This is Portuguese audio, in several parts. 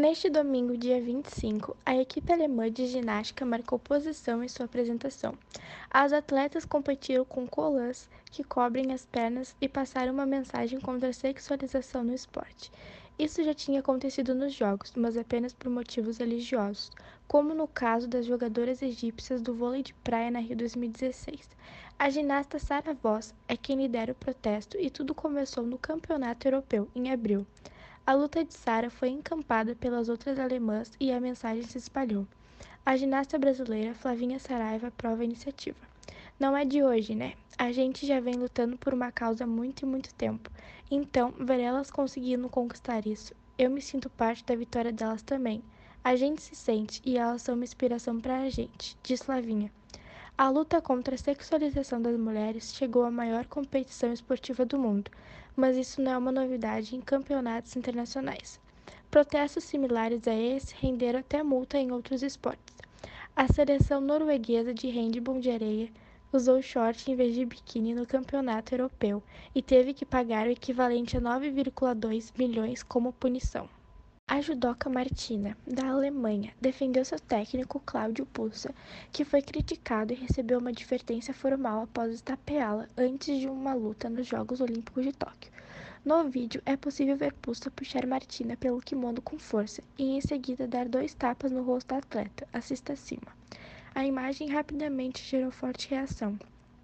Neste domingo, dia 25, a equipe alemã de ginástica marcou posição em sua apresentação. As atletas competiram com colãs que cobrem as pernas e passaram uma mensagem contra a sexualização no esporte. Isso já tinha acontecido nos Jogos, mas apenas por motivos religiosos, como no caso das jogadoras egípcias do vôlei de praia na Rio 2016. A ginasta Sara Voss é quem lidera o protesto e tudo começou no Campeonato Europeu, em abril. A luta de Sara foi encampada pelas outras alemãs e a mensagem se espalhou. A ginasta brasileira Flavinha Saraiva aprova a iniciativa. Não é de hoje, né? A gente já vem lutando por uma causa há muito e muito tempo. Então, ver elas conseguindo conquistar isso, eu me sinto parte da vitória delas também. A gente se sente e elas são uma inspiração para a gente, diz Flavinha. A luta contra a sexualização das mulheres chegou à maior competição esportiva do mundo, mas isso não é uma novidade em campeonatos internacionais. Protestos similares a esse renderam até multa em outros esportes. A seleção norueguesa de handebol de areia usou short em vez de biquíni no campeonato europeu e teve que pagar o equivalente a 9,2 milhões como punição. A judoca Martina, da Alemanha, defendeu seu técnico Cláudio Pussa, que foi criticado e recebeu uma advertência formal após estapeá-la antes de uma luta nos Jogos Olímpicos de Tóquio. No vídeo, é possível ver Pussa puxar Martina pelo kimono com força e em seguida dar 2 tapas no rosto da atleta, assista acima. A imagem rapidamente gerou forte reação.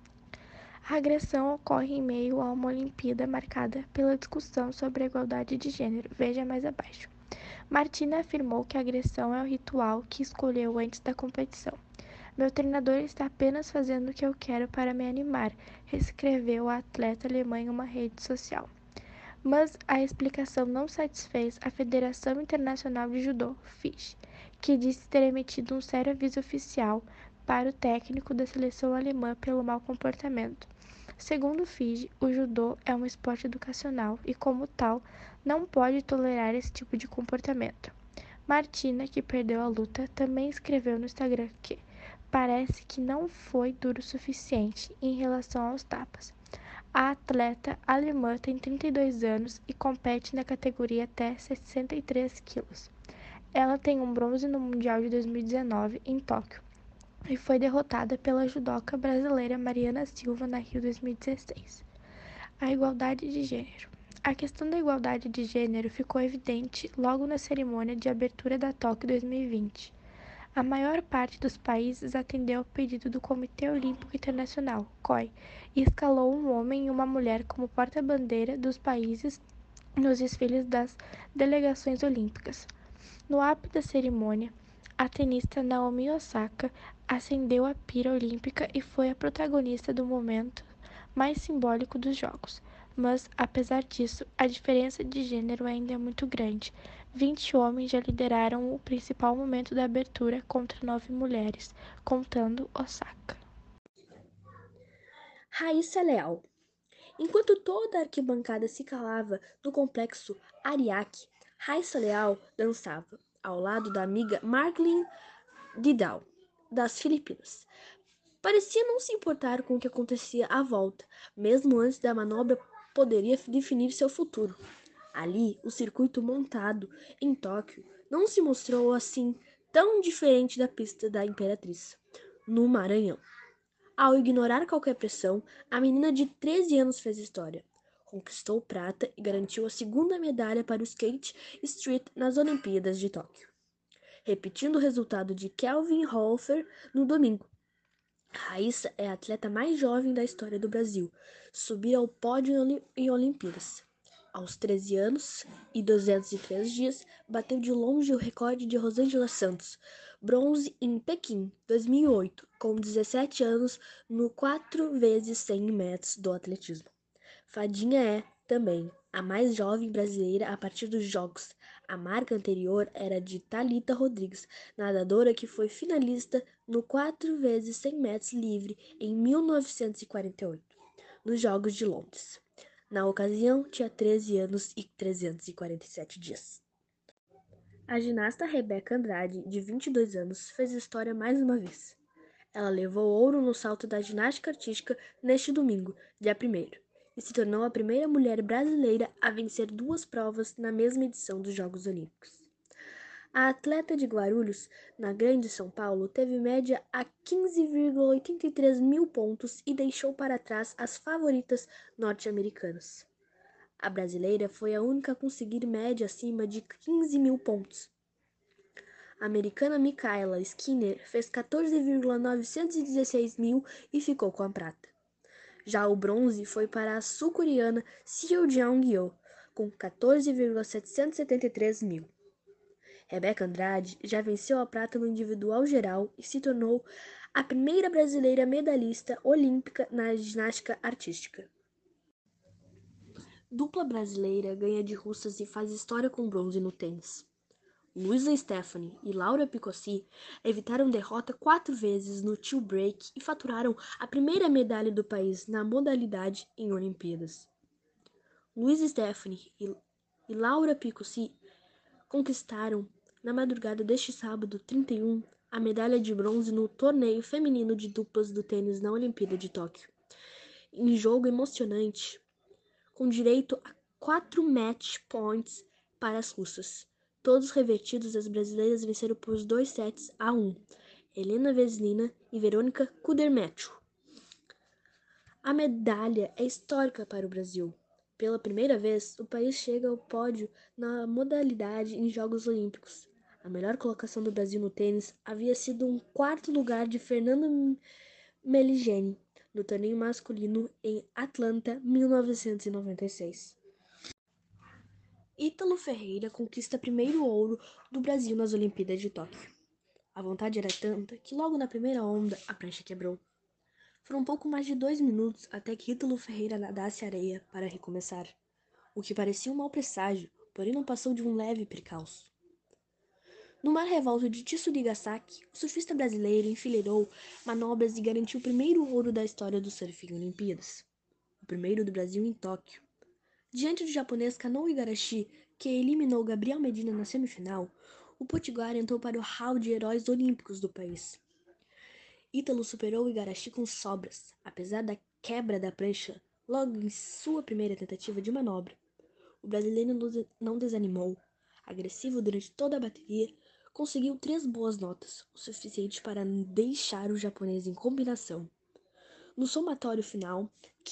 A agressão ocorre em meio a uma Olimpíada marcada pela discussão sobre a igualdade de gênero, veja mais abaixo. Martina afirmou que a agressão é o ritual que escolheu antes da competição. Meu treinador está apenas fazendo o que eu quero para me animar, escreveu a atleta alemã em uma rede social. Mas a explicação não satisfez a Federação Internacional de Judô, FIJ, que disse ter emitido um sério aviso oficial para o técnico da seleção alemã pelo mau comportamento. Segundo o FIJ, o judô é um esporte educacional e, como tal, não pode tolerar esse tipo de comportamento. Martina, que perdeu a luta, também escreveu no Instagram que parece que não foi duro o suficiente em relação aos tapas. A atleta alemã tem 32 anos e compete na categoria até 63 quilos. Ela tem um bronze no Mundial de 2019 em Tóquio e foi derrotada pela judoca brasileira Mariana Silva na Rio 2016. A igualdade de gênero. A questão da igualdade de gênero ficou evidente logo na cerimônia de abertura da Tóquio 2020. A maior parte dos países atendeu ao pedido do Comitê Olímpico Internacional, COI, e escalou um homem e uma mulher como porta-bandeira dos países nos desfiles das delegações olímpicas. No ápice da cerimônia, a tenista Naomi Osaka acendeu a pira olímpica e foi a protagonista do momento mais simbólico dos Jogos. Mas, apesar disso, a diferença de gênero ainda é muito grande. 20 homens já lideraram o principal momento da abertura contra 9 mulheres, contando Osaka. Raíssa Leal. Enquanto toda a arquibancada se calava no complexo Ariake, Raíssa Leal dançava ao lado da amiga Marlene Didal, das Filipinas. Parecia não se importar com o que acontecia à volta, mesmo antes da manobra poderia definir seu futuro. Ali, o circuito montado em Tóquio não se mostrou assim tão diferente da pista da Imperatriz, no Maranhão. Ao ignorar qualquer pressão, a menina de 13 anos fez história. Conquistou prata e garantiu a segunda medalha para o skate street nas Olimpíadas de Tóquio, repetindo o resultado de Kelvin Hofer no domingo. Raíssa é a atleta mais jovem da história do Brasil subir ao pódio em Olimpíadas. Aos 13 anos e 203 dias, bateu de longe o recorde de Rosângela Santos, bronze em Pequim, 2008, com 17 anos no 4x100 metros do atletismo. Fadinha é, também, a mais jovem brasileira a partir dos Jogos. A marca anterior era de Thalita Rodrigues, nadadora que foi finalista no 4x100 metros livre em 1948, nos Jogos de Londres. Na ocasião, tinha 13 anos e 347 dias. A ginasta Rebeca Andrade, de 22 anos, fez história mais uma vez. Ela levou ouro no salto da ginástica artística neste domingo, dia 1º, e se tornou a primeira mulher brasileira a vencer 2 provas na mesma edição dos Jogos Olímpicos. A atleta de Guarulhos, na Grande São Paulo, teve média a 15,83 mil pontos e deixou para trás as favoritas norte-americanas. A brasileira foi a única a conseguir média acima de 15 mil pontos. A americana Michaela Skinner fez 14,916 mil e ficou com a prata. Já o bronze foi para a sul-coreana Seo Jeong-yeol, com 14,773 mil. Rebeca Andrade já venceu a prata no individual geral e se tornou a primeira brasileira medalhista olímpica na ginástica artística. Dupla brasileira ganha de russas e faz história com bronze no tênis. Luisa Stephanie e Laura Picossi evitaram derrota 4 vezes no tie break e faturaram a primeira medalha do país na modalidade em Olimpíadas. Luisa Stephanie e Laura Picossi conquistaram, na madrugada deste sábado 31, a medalha de bronze no torneio feminino de duplas do tênis na Olimpíada de Tóquio. Em jogo emocionante, com direito a 4 match points para as russas. Todos revertidos, as brasileiras venceram por 2-1, Helena Vesnina e Verônica Kudermetcho. A medalha é histórica para o Brasil. Pela primeira vez, o país chega ao pódio na modalidade em Jogos Olímpicos. A melhor colocação do Brasil no tênis havia sido um 4º lugar de Fernando Meligeni, no torneio masculino em Atlanta, 1996. Ítalo Ferreira conquista primeiro ouro do Brasil nas Olimpíadas de Tóquio. A vontade era tanta que logo na primeira onda a prancha quebrou. Foram um pouco mais de 2 minutos até que Ítalo Ferreira nadasse areia para recomeçar, o que parecia um mau presságio, porém não passou de um leve percalço. No mar revolto de Tsurugasaki, o surfista brasileiro enfileirou manobras e garantiu o primeiro ouro da história do surf em Olimpíadas, o primeiro do Brasil em Tóquio. Diante do japonês Kanou Igarashi, que eliminou Gabriel Medina na semifinal, o potiguar entrou para o hall de heróis olímpicos do país. Ítalo superou Igarashi com sobras, apesar da quebra da prancha logo em sua primeira tentativa de manobra. O brasileiro não desanimou. Agressivo durante toda a bateria, conseguiu 3 boas notas, o suficiente para deixar o japonês em combinação. No somatório final,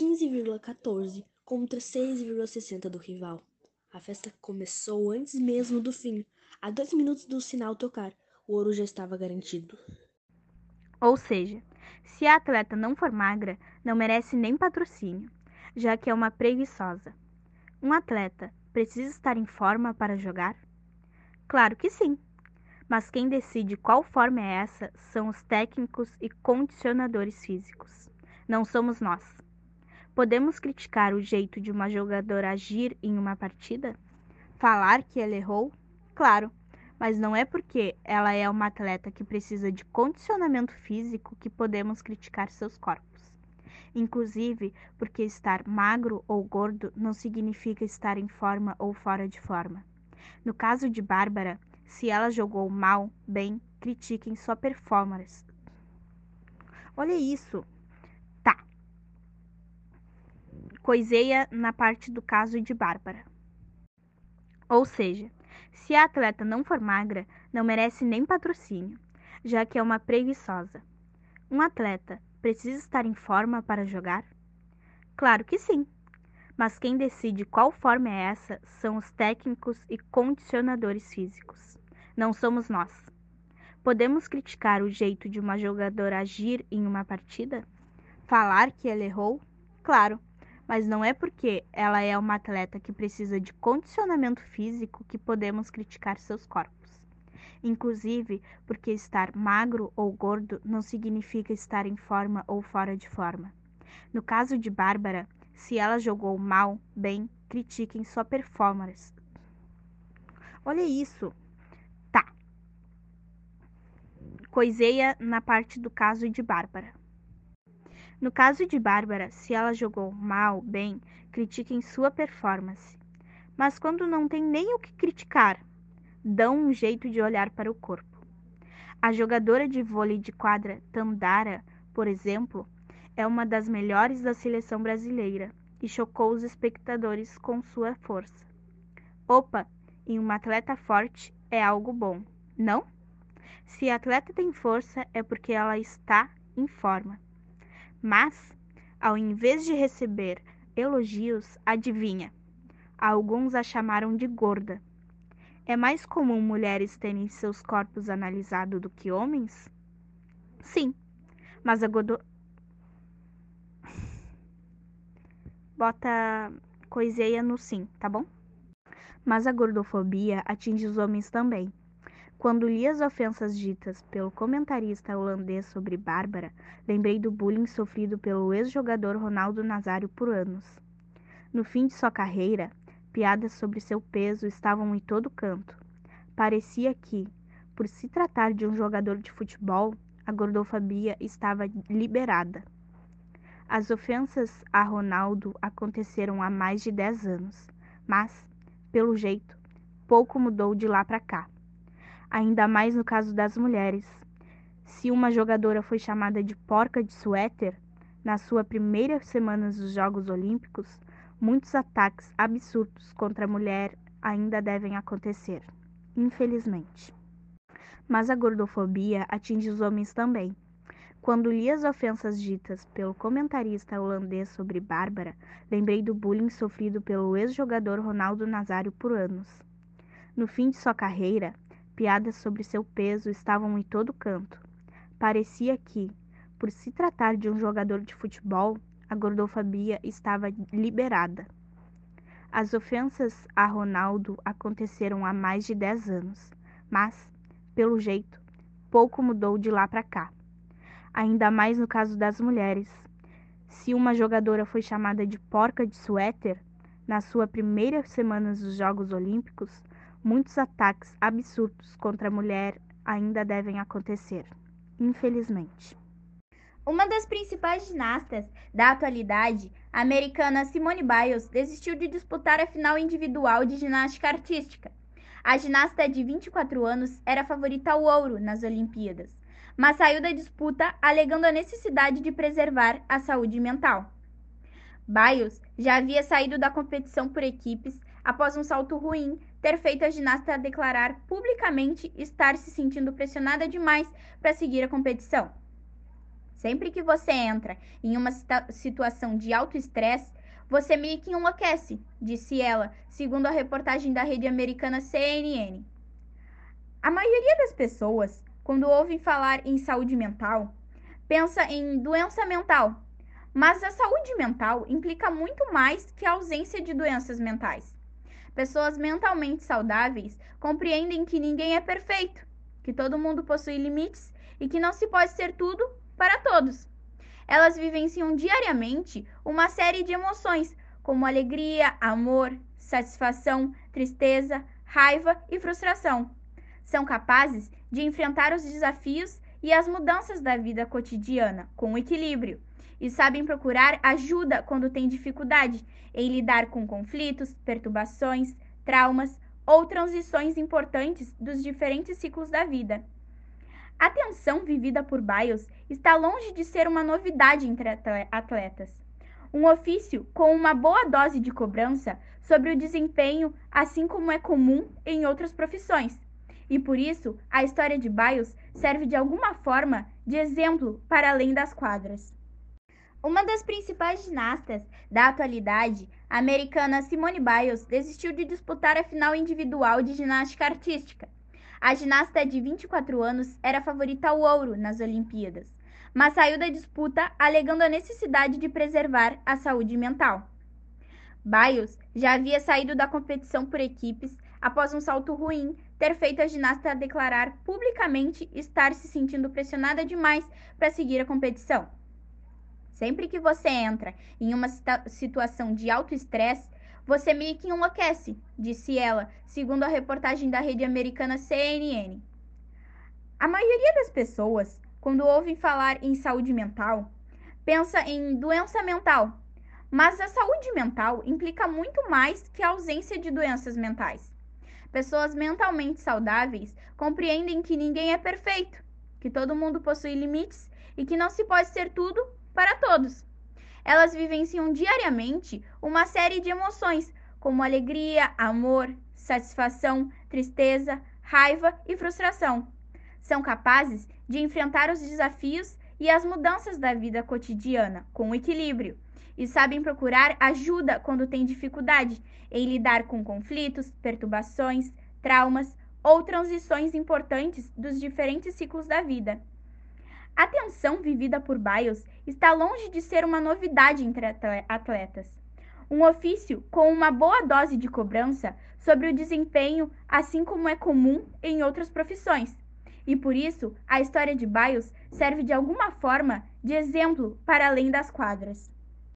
15,14 contra 6,60 do rival. A festa começou antes mesmo do fim. A 2 minutos do sinal tocar, o ouro já estava garantido. Ou seja, se a atleta não for magra, não merece nem patrocínio, já que é uma preguiçosa. Um atleta precisa estar em forma para jogar? Claro que sim, mas quem decide qual forma é essa são os técnicos e condicionadores físicos. Não somos nós. Podemos criticar o jeito de uma jogadora agir em uma partida? Falar que ela errou? Claro, mas não é porque ela é uma atleta que precisa de condicionamento físico que podemos criticar seus corpos. Inclusive, porque estar magro ou gordo não significa estar em forma ou fora de forma. No caso de Bárbara, se ela jogou mal, bem, critiquem sua performance. Olha isso. Tá. Coiseia na parte do caso de Bárbara. Ou seja, se a atleta não for magra, não merece nem patrocínio, já que é uma preguiçosa. Um atleta precisa estar em forma para jogar? Claro que sim, mas quem decide qual forma é essa são os técnicos e condicionadores físicos. Não somos nós. Podemos criticar o jeito de uma jogadora agir em uma partida? Falar que ela errou? Claro, mas não é porque ela é uma atleta que precisa de condicionamento físico que podemos criticar seus corpos. Inclusive, porque estar magro ou gordo não significa estar em forma ou fora de forma. No caso de Bárbara, se ela jogou mal, bem, critiquem sua performance. Olha isso. Tá. Coiseia na parte do caso de Bárbara. No caso de Bárbara, se ela jogou mal, bem, critiquem sua performance. Mas quando não tem nem o que criticar, dão um jeito de olhar para o corpo. A jogadora de vôlei de quadra, Tandara, por exemplo, é uma das melhores da seleção brasileira e chocou os espectadores com sua força. Opa, em uma atleta forte é algo bom. Não? Se a atleta tem força, é porque ela está em forma. Mas, ao invés de receber elogios, adivinha? Alguns a chamaram de gorda. É mais comum mulheres terem seus corpos analisados do que homens? Sim, mas a bota coiseia no sim, tá bom? Mas a gordofobia atinge os homens também. Quando li as ofensas ditas pelo comentarista holandês sobre Bárbara, lembrei do bullying sofrido pelo ex-jogador Ronaldo Nazário por anos. No fim de sua carreira, piadas sobre seu peso estavam em todo canto. Parecia que, por se tratar de um jogador de futebol, a gordofobia estava liberada. As ofensas a Ronaldo aconteceram há mais de 10 anos, mas, pelo jeito, pouco mudou de lá para cá. Ainda mais no caso das mulheres. Se uma jogadora foi chamada de porca de suéter, na sua primeira semana dos Jogos Olímpicos, muitos ataques absurdos contra a mulher ainda devem acontecer, infelizmente. Mas a gordofobia atinge os homens também. Quando li as ofensas ditas pelo comentarista holandês sobre Bárbara, lembrei do bullying sofrido pelo ex-jogador Ronaldo Nazário por anos. No fim de sua carreira, piadas sobre seu peso estavam em todo canto. Parecia que, por se tratar de um jogador de futebol, a gordofobia estava liberada. As ofensas a Ronaldo aconteceram há mais de 10 anos, mas, pelo jeito, pouco mudou de lá para cá. Ainda mais no caso das mulheres. Se uma jogadora foi chamada de porca de suéter, na sua primeira semana dos Jogos Olímpicos, muitos ataques absurdos contra a mulher ainda devem acontecer, infelizmente. Uma das principais ginastas da atualidade, a americana Simone Biles, desistiu de disputar a final individual de ginástica artística. A ginasta de 24 anos era favorita ao ouro nas Olimpíadas, mas saiu da disputa alegando a necessidade de preservar a saúde mental. Biles já havia saído da competição por equipes após um salto ruim ter feito a ginasta declarar publicamente estar se sentindo pressionada demais para seguir a competição. Sempre que você entra em uma situação de alto estresse, você meio que enlouquece, disse ela, segundo a reportagem da rede americana CNN. A maioria das pessoas, quando ouvem falar em saúde mental, pensa em doença mental, mas a saúde mental implica muito mais que a ausência de doenças mentais. Pessoas mentalmente saudáveis compreendem que ninguém é perfeito, que todo mundo possui limites e que não se pode ser tudo para todos. Elas vivenciam diariamente uma série de emoções, como alegria, amor, satisfação, tristeza, raiva e frustração. São capazes de enfrentar os desafios e as mudanças da vida cotidiana com equilíbrio e sabem procurar ajuda quando têm dificuldade em lidar com conflitos, perturbações, traumas ou transições importantes dos diferentes ciclos da vida. A tensão vivida por Biles está longe de ser uma novidade entre atletas. Um ofício com uma boa dose de cobrança sobre o desempenho, assim como é comum em outras profissões. E por isso, a história de Biles serve de alguma forma de exemplo para além das quadras. Uma das principais ginastas da atualidade, a americana Simone Biles, desistiu de disputar a final individual de ginástica artística. A ginasta de 24 anos era favorita ao ouro nas Olimpíadas, mas saiu da disputa alegando a necessidade de preservar a saúde mental. Biles já havia saído da competição por equipes após um salto ruim ter feito a ginasta declarar publicamente estar se sentindo pressionada demais para seguir a competição. Sempre que você entra em uma situação de alto estresse, você meio que enlouquece, disse ela, segundo a reportagem da rede americana CNN. A maioria das pessoas, quando ouvem falar em saúde mental, pensa em doença mental, mas a saúde mental implica muito mais que a ausência de doenças mentais. Pessoas mentalmente saudáveis compreendem que ninguém é perfeito, que todo mundo possui limites e que não se pode ser tudo para todos. Elas vivenciam diariamente uma série de emoções, como alegria, amor, satisfação, tristeza, raiva e frustração. São capazes de enfrentar os desafios e as mudanças da vida cotidiana com equilíbrio e sabem procurar ajuda quando têm dificuldade em lidar com conflitos, perturbações, traumas ou transições importantes dos diferentes ciclos da vida. A tensão vivida por Biles está longe de ser uma novidade entre atletas. Um ofício com uma boa dose de cobrança sobre o desempenho, assim como é comum em outras profissões. E por isso, a história de Biles serve de alguma forma de exemplo para além das quadras.